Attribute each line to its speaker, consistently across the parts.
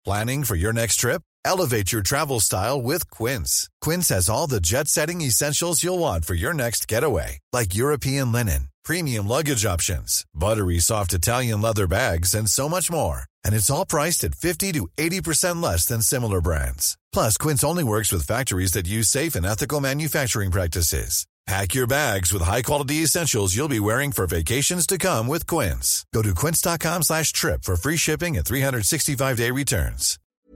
Speaker 1: Planning for your next trip? Elevate your travel style with Quince. Quince has all the jet-setting essentials you'll want for your next getaway, like European linen, premium luggage options, buttery soft Italian leather bags, and so much more. And it's all priced at 50 to 80% less than similar brands. Plus, Quince only works with factories that use safe and ethical manufacturing practices. Pack your bags with high-quality essentials you'll be wearing for vacations to come with Quince. Go to quince.com/trip for free shipping and 365-day returns.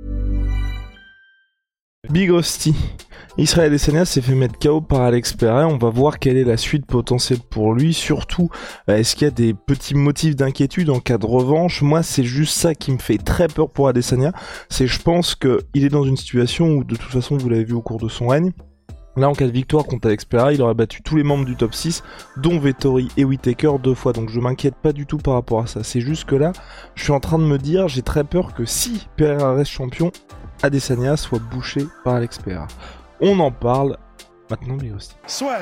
Speaker 2: Big Hostie. Israël Adesanya s'est fait mettre KO par Alex Pereira. On va voir quelle est la suite potentielle pour lui. Surtout, est-ce qu'il y a des petits motifs d'inquiétude en cas de revanche? Moi, c'est juste ça qui me fait très peur pour Adesanya. Je pense qu'il est dans une situation où, de toute façon, vous l'avez vu au cours de son règne, là, en cas de victoire contre Alex Pereira, il aurait battu tous les membres du top 6, dont Vettori et Whittaker 2 fois. Donc je m'inquiète pas du tout par rapport à ça. C'est juste que là, je suis en train de me dire, j'ai très peur que si Pereira reste champion, Adesanya soit bouché par Alex Pereira. On en parle maintenant, Big Hostie.
Speaker 3: Soit.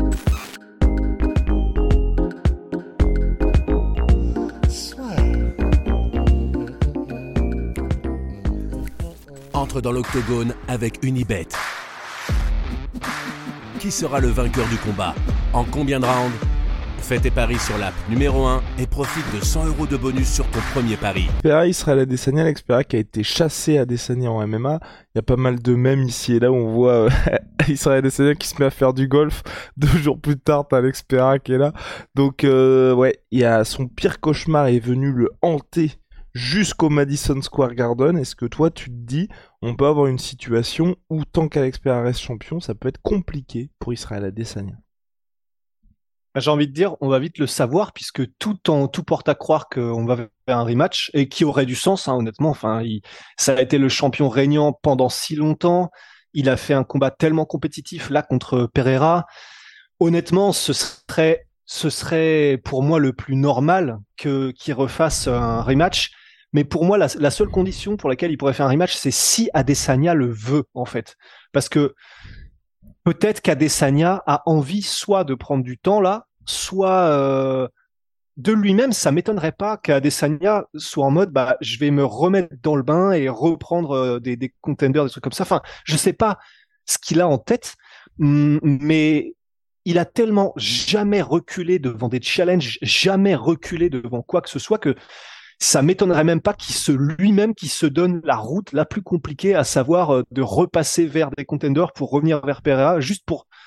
Speaker 4: Entre dans l'octogone avec Unibet. Qui sera le vainqueur du combat? En combien de rounds? Fais tes paris sur l'app numéro 1 et profite de 100 € de bonus sur ton premier pari.
Speaker 2: Pereira, Israël Adesanya, Alex Pereira qui a été chassé à Adesanya en MMA. Il y a pas mal de mèmes ici et là où on voit Israël Adesanya qui se met à faire du golf. 2 jours plus tard, t'as Alex Pereira qui est là. Donc ouais, il y a son pire cauchemar est venu le hanter jusqu'au Madison Square Garden. Est-ce que toi tu te dis on peut avoir une situation où tant qu'Alex Pereira reste champion, ça peut être compliqué pour Israël Adesanya?
Speaker 5: J'ai envie de dire, on va vite le savoir puisque tout porte à croire qu'on va faire un rematch et qui aurait du sens, hein, honnêtement. Enfin, ça a été le champion régnant pendant si longtemps. Il a fait un combat tellement compétitif là contre Pereira. Honnêtement, ce serait pour moi le plus normal qu'il refasse un rematch. Mais pour moi, la seule condition pour laquelle il pourrait faire un rematch, c'est si Adesanya le veut, en fait. Parce que peut-être qu'Adesanya a envie soit de prendre du temps là, soit de lui-même. Ça m'étonnerait pas qu'Adesanya soit en mode je vais me remettre dans le bain et reprendre des contenders, des trucs comme ça. Enfin, je sais pas ce qu'il a en tête, mais il a tellement jamais reculé devant des challenges, jamais reculé devant quoi que ce soit que ça m'étonnerait même pas qu'il se donne la route la plus compliquée, à savoir de repasser vers des contenders pour revenir vers Pereira, juste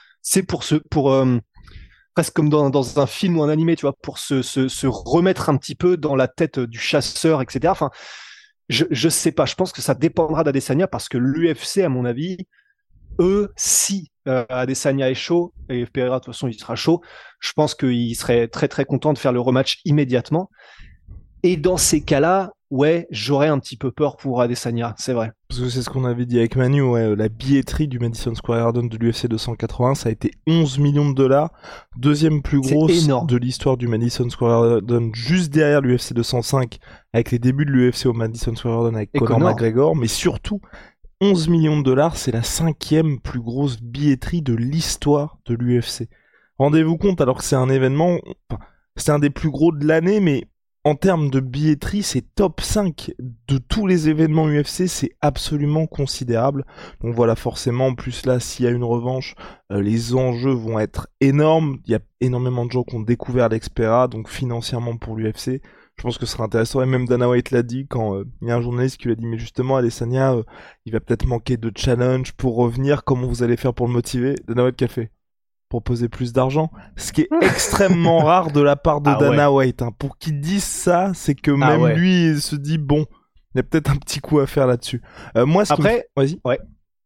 Speaker 5: presque comme dans un film ou un animé, tu vois, pour se remettre un petit peu dans la tête du chasseur, etc. Enfin, je sais pas, je pense que ça dépendra d'Adesanya parce que l'UFC, à mon avis, si Adesanya est chaud, et Pereira, de toute façon, il sera chaud, je pense qu'il serait très très content de faire le rematch immédiatement. Et dans ces cas-là, ouais, j'aurais un petit peu peur pour Adesanya, c'est vrai.
Speaker 2: Parce que c'est ce qu'on avait dit avec Manu, ouais, la billetterie du Madison Square Garden de l'UFC 280, ça a été 11 millions de dollars, deuxième plus grosse de l'histoire du Madison Square Garden, juste derrière l'UFC 205, avec les débuts de l'UFC au Madison Square Garden avec Conor McGregor, mais surtout, 11 millions de dollars, c'est la 5e plus grosse billetterie de l'histoire de l'UFC. Rendez-vous compte, alors que c'est un événement, c'est un des plus gros de l'année, mais en termes de billetterie, c'est top 5 de tous les événements UFC, c'est absolument considérable. Donc voilà, forcément, en plus là, s'il y a une revanche, les enjeux vont être énormes. Il y a énormément de gens qui ont découvert Alex Pereira, donc financièrement pour l'UFC, je pense que ce sera intéressant. Et même Dana White l'a dit quand il y a un journaliste qui lui a dit « Mais justement, Adesanya, il va peut-être manquer de challenge pour revenir, comment vous allez faire pour le motiver ?» Dana White qui a fait proposer plus d'argent, ce qui est extrêmement rare de la part de Dana White. Hein. Pour qu'il dise ça, c'est que même lui il se dit bon, il y a peut-être un petit coup à faire là-dessus. Moi, vas-y.
Speaker 5: Ouais.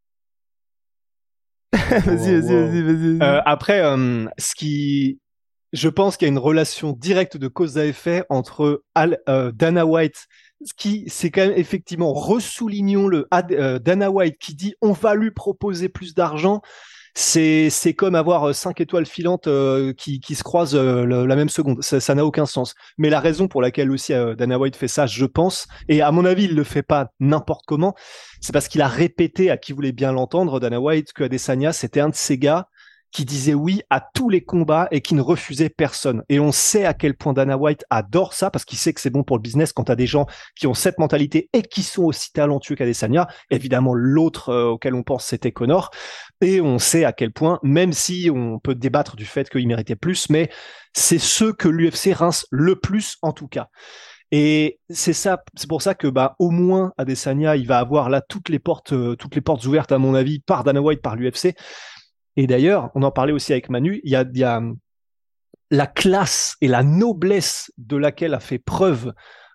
Speaker 2: vas-y.
Speaker 5: Après, je pense qu'il y a une relation directe de cause à effet entre Dana White, c'est quand même effectivement ressoulignons Dana White qui dit on va lui proposer plus d'argent. C'est comme avoir 5 étoiles filantes qui se croisent la même seconde. Ça n'a aucun sens. Mais la raison pour laquelle aussi Dana White fait ça, je pense, et à mon avis, il le fait pas n'importe comment, c'est parce qu'il a répété à qui voulait bien l'entendre, Dana White, que Adesanya, c'était un de ces gars qui disait oui à tous les combats et qui ne refusait personne. Et on sait à quel point Dana White adore ça parce qu'il sait que c'est bon pour le business quand t'as des gens qui ont cette mentalité et qui sont aussi talentueux qu'Adesanya. Évidemment, l'autre auquel on pense, c'était Conor. Et on sait à quel point, même si on peut débattre du fait qu'il méritait plus, mais c'est ceux que l'UFC rince le plus en tout cas. Et c'est pour ça que au moins Adesanya, il va avoir là toutes les portes ouvertes à mon avis par Dana White, par l'UFC. Et d'ailleurs, on en parlait aussi avec Manu, il y a la classe et la noblesse de laquelle a fait preuve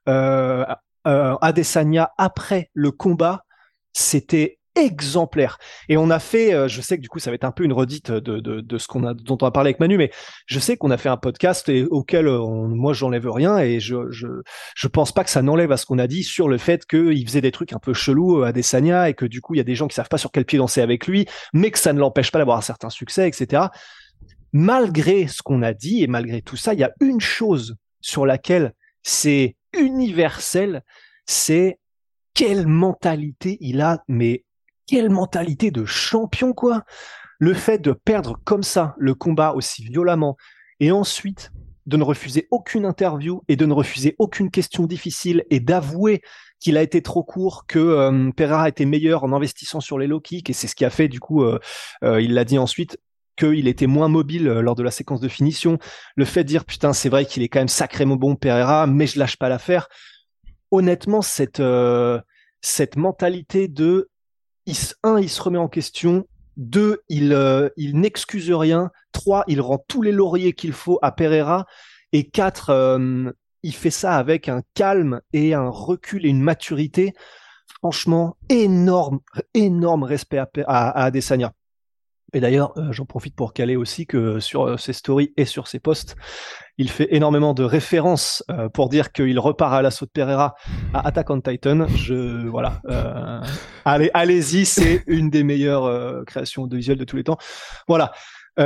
Speaker 5: Adesanya après le combat, c'était exemplaire. Et on a fait, je sais que du coup ça va être un peu une redite de ce dont on a parlé avec Manu, mais je sais qu'on a fait un podcast auquel moi j'enlève rien et je pense pas que ça n'enlève à ce qu'on a dit sur le fait qu'il faisait des trucs un peu chelous à Adesanya et que du coup il y a des gens qui savent pas sur quel pied danser avec lui, mais que ça ne l'empêche pas d'avoir un certain succès, etc. Malgré ce qu'on a dit et malgré tout ça, il y a une chose sur laquelle c'est universel, c'est quelle mentalité il a, mais quelle mentalité de champion, quoi. Le fait de perdre comme ça le combat aussi violemment et ensuite de ne refuser aucune interview et de ne refuser aucune question difficile et d'avouer qu'il a été trop court, que Pereira était meilleur en investissant sur les low kicks et c'est ce qui a fait, du coup, il l'a dit ensuite, qu'il était moins mobile lors de la séquence de finition. Le fait de dire, putain, c'est vrai qu'il est quand même sacrément bon Pereira, mais je lâche pas l'affaire. Honnêtement, cette mentalité de il se remet en question, 2, il n'excuse rien, 3, il rend tous les lauriers qu'il faut à Pereira, et 4, il fait ça avec un calme et un recul et une maturité. Franchement, énorme respect à Adesanya. Et d'ailleurs, j'en profite pour caler aussi que sur ses stories et sur ses posts, il fait énormément de références pour dire qu'il repart à l'assaut de Pereira à Attack on Titan. Voilà. Allez-y, c'est une des meilleures créations audiovisuelles de tous les temps. Voilà.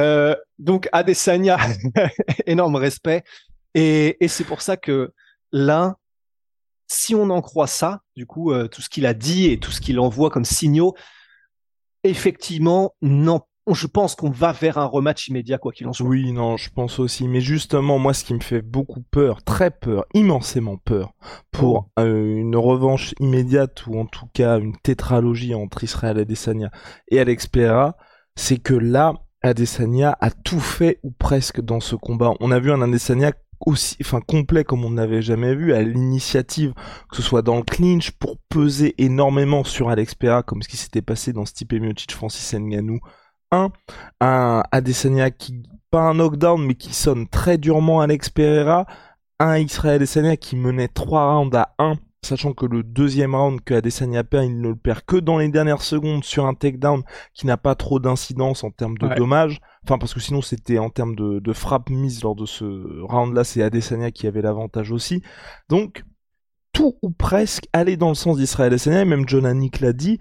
Speaker 5: Donc Adesanya, énorme respect. Et c'est pour ça que là, si on en croit ça, du coup, tout ce qu'il a dit et tout ce qu'il envoie comme signaux, effectivement, non. Je pense qu'on va vers un rematch immédiat, quoi qu'il en soit.
Speaker 2: Oui, non, je pense aussi. Mais justement, moi, ce qui me fait beaucoup peur, très peur, immensément peur, pour une revanche immédiate, ou en tout cas une tétralogie entre Israël Adesanya et Alex Pereira, c'est que là, Adesanya a tout fait, ou presque, dans ce combat. On a vu un Adesanya complet comme on n'avait jamais vu, à l'initiative, que ce soit dans le clinch, pour peser énormément sur Alex Pereira, comme ce qui s'était passé dans Stipe Miocic, Francis Ngannou. Un Adesanya qui, pas un knockdown, mais qui sonne très durement Alex Pereira. Un Israël Adesanya qui menait 3 rounds à 1, sachant que le deuxième round que Adesanya perd, il ne le perd que dans les dernières secondes sur un takedown qui n'a pas trop d'incidence en termes de dommages. Enfin, parce que sinon c'était en termes de frappe mise lors de ce round-là, c'est Adesanya qui avait l'avantage aussi. Donc, tout ou presque allait dans le sens d'Israël Adesanya, et même John Anik l'a dit,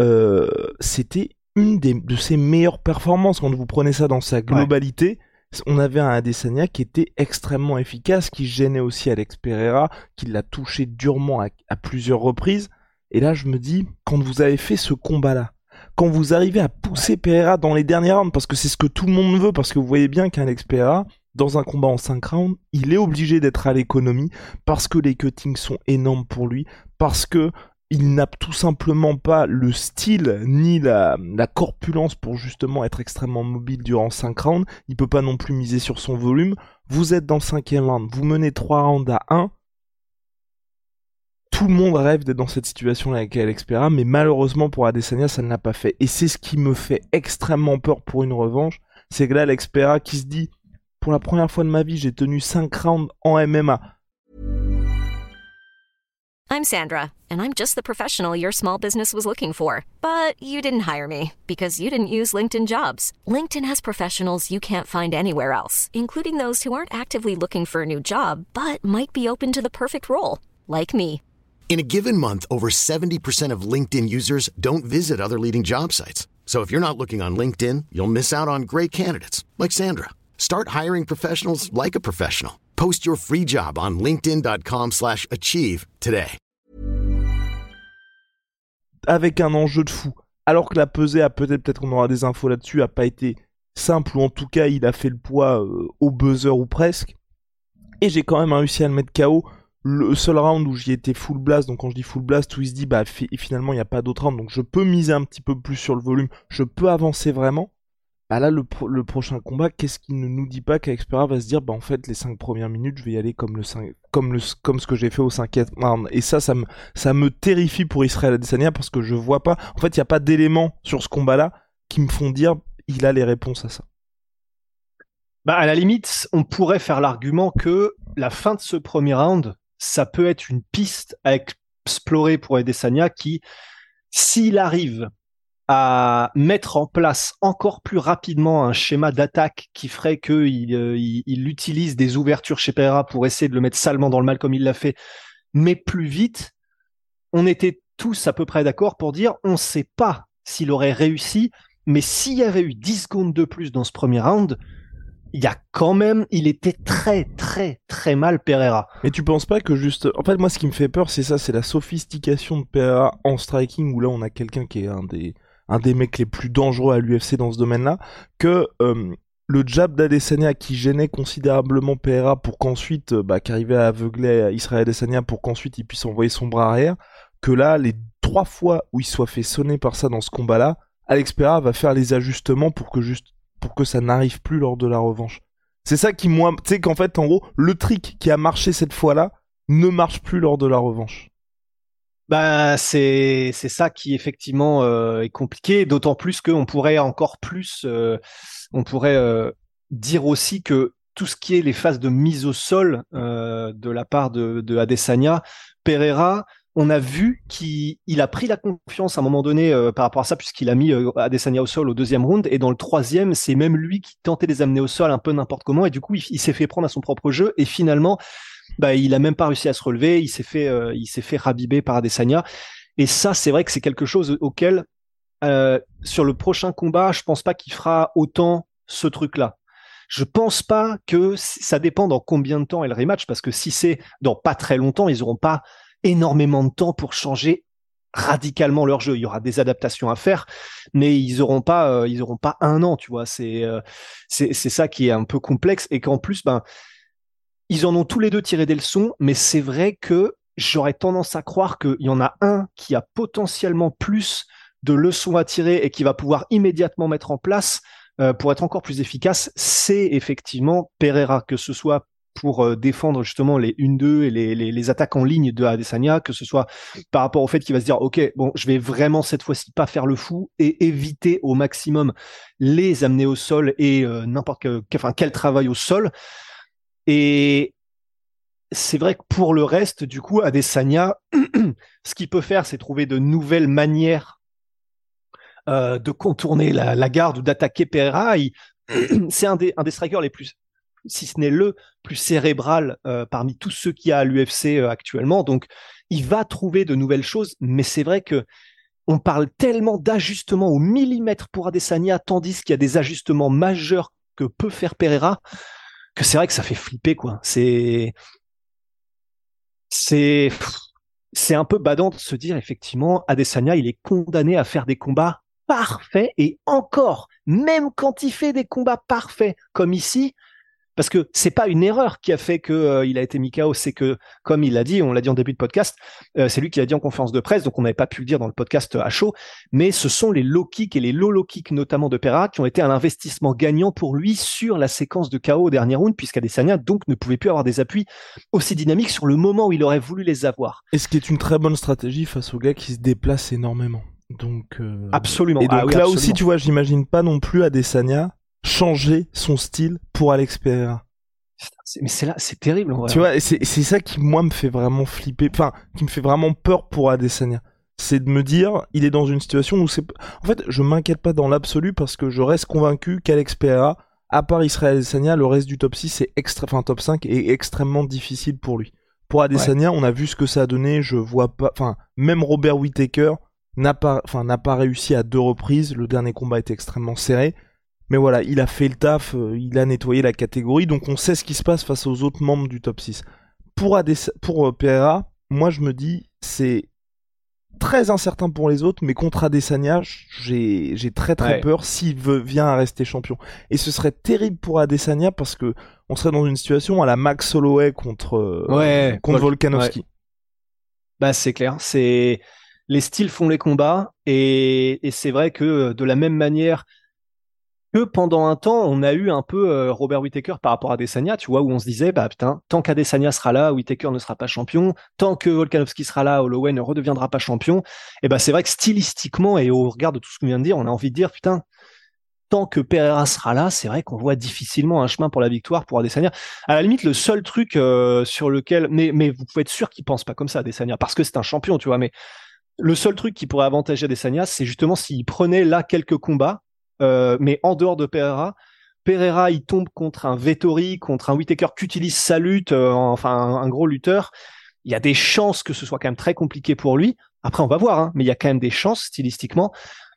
Speaker 2: c'était une de ses meilleures performances. Quand vous prenez ça dans sa globalité, on avait un Adesanya qui était extrêmement efficace, qui gênait aussi Alex Pereira, qui l'a touché durement à plusieurs reprises. Et là, je me dis, quand vous avez fait ce combat-là, quand vous arrivez à pousser Pereira dans les derniers rounds, parce que c'est ce que tout le monde veut, parce que vous voyez bien qu'Alex Pereira, dans un combat en 5 rounds, il est obligé d'être à l'économie, parce que les cuttings sont énormes pour lui, parce que il n'a tout simplement pas le style ni la corpulence pour justement être extrêmement mobile durant 5 rounds. Il peut pas non plus miser sur son volume. Vous êtes dans le 5e round, vous menez 3 rounds à 1. Tout le monde rêve d'être dans cette situation-là avec Alex Pereira, mais malheureusement pour Adesanya, ça ne l'a pas fait. Et c'est ce qui me fait extrêmement peur pour une revanche. C'est que là, Alex Pereira qui se dit, pour la première fois de ma vie, j'ai tenu 5 rounds en MMA.
Speaker 3: I'm Sandra, and I'm just the professional your small business was looking for. But you didn't hire me, because you didn't use LinkedIn Jobs. LinkedIn has professionals you can't find anywhere else, including those who aren't actively looking for a new job, but might be open to the perfect role, like me.
Speaker 6: In a given month, over 70% of LinkedIn users don't visit other leading job sites. So if you're not looking on LinkedIn, you'll miss out on great candidates, like Sandra. Start hiring professionals like a professional. Post your free job on linkedin.com/achieve today.
Speaker 2: Avec un enjeu de fou. Alors que la pesée a peut-être qu'on aura des infos là-dessus, a pas été simple, ou en tout cas il a fait le poids au buzzer ou presque, et j'ai quand même réussi à le mettre KO. Le seul round où j'y étais full blast, donc quand je dis full blast, où il se dit finalement il n'y a pas d'autre round, donc je peux miser un petit peu plus sur le volume, je peux avancer vraiment. Bah là, le prochain combat, qu'est-ce qu'il ne nous dit pas qu'Alex Pereira va se dire, en fait, les 5 premières minutes, je vais y aller comme ce que j'ai fait au 5e round. Et ça me terrifie pour Israel Adesanya, parce que je vois pas, en fait, il n'y a pas d'éléments sur ce combat-là qui me font dire, il a les réponses à ça.
Speaker 5: À la limite, on pourrait faire l'argument que la fin de ce premier round, ça peut être une piste à explorer pour Adesanya qui, s'il arrive à mettre en place encore plus rapidement un schéma d'attaque qui ferait qu'il utilise des ouvertures chez Pereira pour essayer de le mettre salement dans le mal comme il l'a fait, mais plus vite, on était tous à peu près d'accord pour dire on ne sait pas s'il aurait réussi, mais s'il y avait eu 10 secondes de plus dans ce premier round, il était très très très mal Pereira.
Speaker 2: Mais tu penses pas que juste... En fait, moi ce qui me fait peur, c'est ça, c'est la sophistication de Pereira en striking, où là on a quelqu'un qui est un des mecs les plus dangereux à l'UFC dans ce domaine-là, que le jab d'Adesanya qui gênait considérablement Pereira pour qu'ensuite, qu'arrivait à aveugler Israel Adesanya pour qu'ensuite il puisse envoyer son bras arrière, que là, les 3 fois où il soit fait sonner par ça dans ce combat-là, Alex Pereira va faire les ajustements pour que ça n'arrive plus lors de la revanche. C'est ça qui, moi, tu sais qu'en fait, en gros, le trick qui a marché cette fois-là ne marche plus lors de la revanche.
Speaker 5: C'est ça qui effectivement est compliqué, d'autant plus qu'on pourrait encore plus, dire aussi que tout ce qui est les phases de mise au sol de la part de Adesanya, Pereira, on a vu qu'il a pris la confiance à un moment donné par rapport à ça, puisqu'il a mis Adesanya au sol au 2e round, et dans le 3e, c'est même lui qui tentait de les amener au sol un peu n'importe comment, et du coup, il s'est fait prendre à son propre jeu, et finalement, il a même pas réussi à se relever, il s'est fait rabiber par Adesanya, et ça, c'est vrai que c'est quelque chose auquel, sur le prochain combat, je pense pas qu'il fera autant ce truc-là. Je pense pas que ça dépend dans combien de temps est le rematch, parce que si c'est dans pas très longtemps, ils auront pas énormément de temps pour changer radicalement leur jeu. Il y aura des adaptations à faire, mais ils auront pas 1 an, tu vois. C'est ça qui est un peu complexe, et qu'en plus, ils en ont tous les deux tiré des leçons, mais c'est vrai que j'aurais tendance à croire qu'il y en a un qui a potentiellement plus de leçons à tirer et qui va pouvoir immédiatement mettre en place pour être encore plus efficace, c'est effectivement Pereira, que ce soit pour défendre justement les 1-2 et les attaques en ligne de Adesanya, que ce soit par rapport au fait qu'il va se dire ok, bon, je vais vraiment cette fois-ci pas faire le fou et éviter au maximum les amener au sol et quel travail au sol. Et c'est vrai que pour le reste, du coup, Adesanya, ce qu'il peut faire, c'est trouver de nouvelles manières de contourner la garde ou d'attaquer Pereira. C'est un des strikers les plus, si ce n'est le plus cérébral parmi tous ceux qu'il y a à l'UFC actuellement. Donc, il va trouver de nouvelles choses, mais c'est vrai que on parle tellement d'ajustements au millimètre pour Adesanya, tandis qu'il y a des ajustements majeurs que peut faire Pereira, que c'est vrai que ça fait flipper, quoi. C'est un peu badant de se dire, effectivement, Adesanya, il est condamné à faire des combats parfaits, et encore, même quand il fait des combats parfaits, comme ici, parce que c'est pas une erreur qui a fait que il a été mis KO, c'est que, comme il l'a dit, on l'a dit en début de podcast, c'est lui qui l'a dit en conférence de presse, donc on n'avait pas pu le dire dans le podcast à chaud, mais ce sont les low kicks et les low kicks notamment de Pereira qui ont été un investissement gagnant pour lui sur la séquence de KO au dernier round, puisqu'Adesanya donc ne pouvait plus avoir des appuis aussi dynamiques sur le moment où il aurait voulu les avoir.
Speaker 2: Et ce qui est une très bonne stratégie face au gars qui se déplace énormément. Donc
Speaker 5: absolument.
Speaker 2: Et donc là absolument. Aussi, tu vois, j'imagine pas non plus Adesanya changer son style pour Alex Pereira.
Speaker 5: Mais c'est terrible. En vrai.
Speaker 2: Tu vois, c'est ça qui, moi, me fait vraiment flipper, enfin, qui me fait vraiment peur pour Adesanya. C'est de me dire, il est dans une situation où en fait, je m'inquiète pas dans l'absolu, parce que je reste convaincu qu'Alex Pereira, à part Israel Adesanya, le reste du top 6 top 5 est extrêmement difficile pour lui. Pour Adesanya, on a vu ce que ça a donné, je vois pas, enfin, même Robert Whittaker n'a pas réussi à 2 reprises, le dernier combat était extrêmement serré. Mais voilà, il a fait le taf, il a nettoyé la catégorie, donc on sait ce qui se passe face aux autres membres du top 6. Pour Pereira, moi je me dis, c'est très incertain pour les autres, mais contre Adesanya, j'ai très peur s'il vient à rester champion. Et ce serait terrible pour Adesanya parce que on serait dans une situation à la Max Holloway contre Volkanovski.
Speaker 5: Ouais. Bah c'est clair, les styles font les combats et c'est vrai que de la même manière que pendant un temps, on a eu un peu Robert Whittaker par rapport à Adesanya, tu vois, où on se disait, bah putain, tant qu'Adesanya sera là, Whittaker ne sera pas champion, tant que Volkanovski sera là, Holloway ne redeviendra pas champion. Et bah c'est vrai que stylistiquement et au regard de tout ce qu'on vient de dire, on a envie de dire, putain, tant que Pereira sera là, c'est vrai qu'on voit difficilement un chemin pour la victoire pour Adesanya. À la limite, le seul truc sur lequel, mais vous pouvez être sûr qu'il pense pas comme ça, Adesanya, parce que c'est un champion, tu vois, mais le seul truc qui pourrait avantager Adesanya, c'est justement s'il prenait là quelques combats, mais en dehors de Pereira, il tombe contre un Vettori, contre un Whittaker qui utilise sa lutte, un gros lutteur. Il y a des chances que ce soit quand même très compliqué pour lui. Après, on va voir, hein, mais il y a quand même des chances stylistiquement.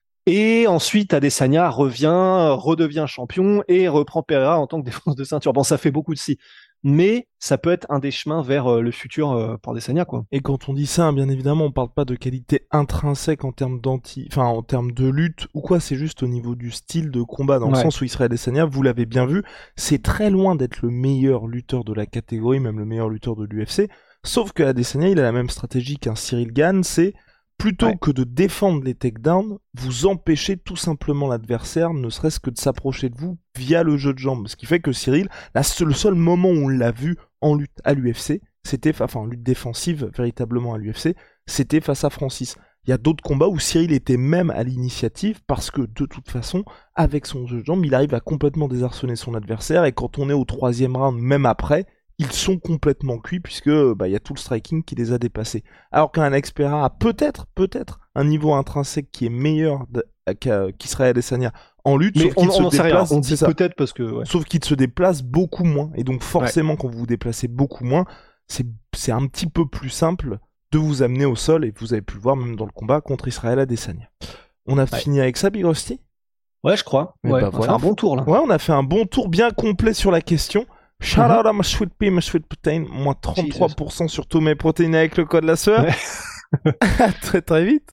Speaker 5: Et ensuite, Adesanya redevient champion et reprend Pereira en tant que défense de ceinture. Bon, ça fait beaucoup de si. Mais ça peut être un des chemins vers le futur pour Adesanya, quoi.
Speaker 2: Et quand on dit ça, bien évidemment, on parle pas de qualité intrinsèque en termes en termes de lutte ou quoi, c'est juste au niveau du style de combat, dans le sens où Israël Adesanya, vous l'avez bien vu, c'est très loin d'être le meilleur lutteur de la catégorie, même le meilleur lutteur de l'UFC, sauf que Adesanya, il a la même stratégie qu'un Cyril Gane, c'est plutôt que de défendre les takedowns, vous empêchez tout simplement l'adversaire, ne serait-ce que de s'approcher de vous via le jeu de jambes. Ce qui fait que Cyril, le seul moment où on l'a vu en lutte à l'UFC, en lutte défensive véritablement à l'UFC, c'était face à Francis. Il y a d'autres combats où Cyril était même à l'initiative parce que de toute façon, avec son jeu de jambes, il arrive à complètement désarçonner son adversaire et quand on est au 3e round, même après, ils sont complètement cuits puisque y a tout le striking qui les a dépassés. Alors qu'un Alex Pereira a peut-être un niveau intrinsèque qui est meilleur qu'Israël Adesanya en lutte,
Speaker 5: mais
Speaker 2: sauf qu'il se déplace.
Speaker 5: On dit peut-être parce que
Speaker 2: sauf qu'il se déplace beaucoup moins et donc forcément quand vous vous déplacez beaucoup moins, c'est un petit peu plus simple de vous amener au sol et vous avez pu le voir même dans le combat contre Israël Adesanya. On a fini avec ça, Big Rusty ?
Speaker 5: Ouais, je crois. On a fait un bon tour là.
Speaker 2: Ouais, on a fait un bon tour bien complet sur la question. Shout out à ma sweet pea, ma sweet protein, moins 33% sur tous mes protéines avec le code la sueur. Ouais. Très très vite.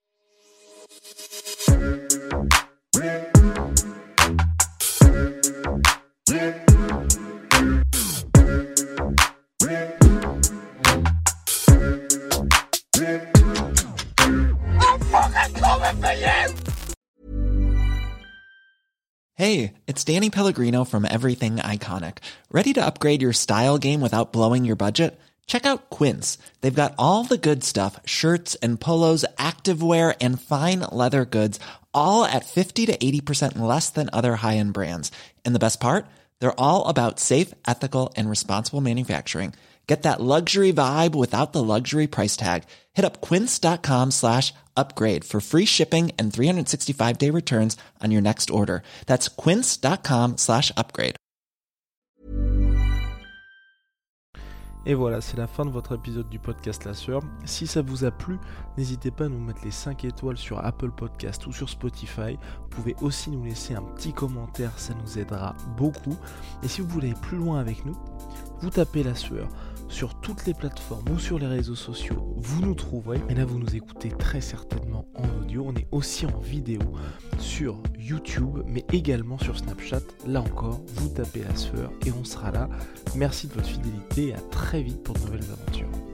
Speaker 7: Hey, it's Danny Pellegrino from Everything Iconic. Ready to upgrade your style game without blowing your budget? Check out Quince. They've got all the good stuff, shirts and polos, activewear, and fine leather goods, all at 50 to 80% less than other high-end brands. And the best part? They're all about safe, ethical, and responsible manufacturing. Get that luxury vibe without the luxury price tag. Hit up quince.com/upgrade for free shipping and 365-day returns on your next order. That's quince.com/upgrade.
Speaker 2: Et voilà, c'est la fin de votre épisode du podcast La Sueur. Si ça vous a plu, n'hésitez pas à nous mettre les 5 étoiles sur Apple Podcast ou sur Spotify. Vous pouvez aussi nous laisser un petit commentaire, ça nous aidera beaucoup. Et si vous voulez aller plus loin avec nous, vous tapez La Sueur sur toutes les plateformes ou sur les réseaux sociaux, vous nous trouverez. Et là, vous nous écoutez très certainement en audio. On est aussi en vidéo sur YouTube, mais également sur Snapchat. Là encore, vous tapez La Sueur et on sera là. Merci de votre fidélité et à très vite pour de nouvelles aventures.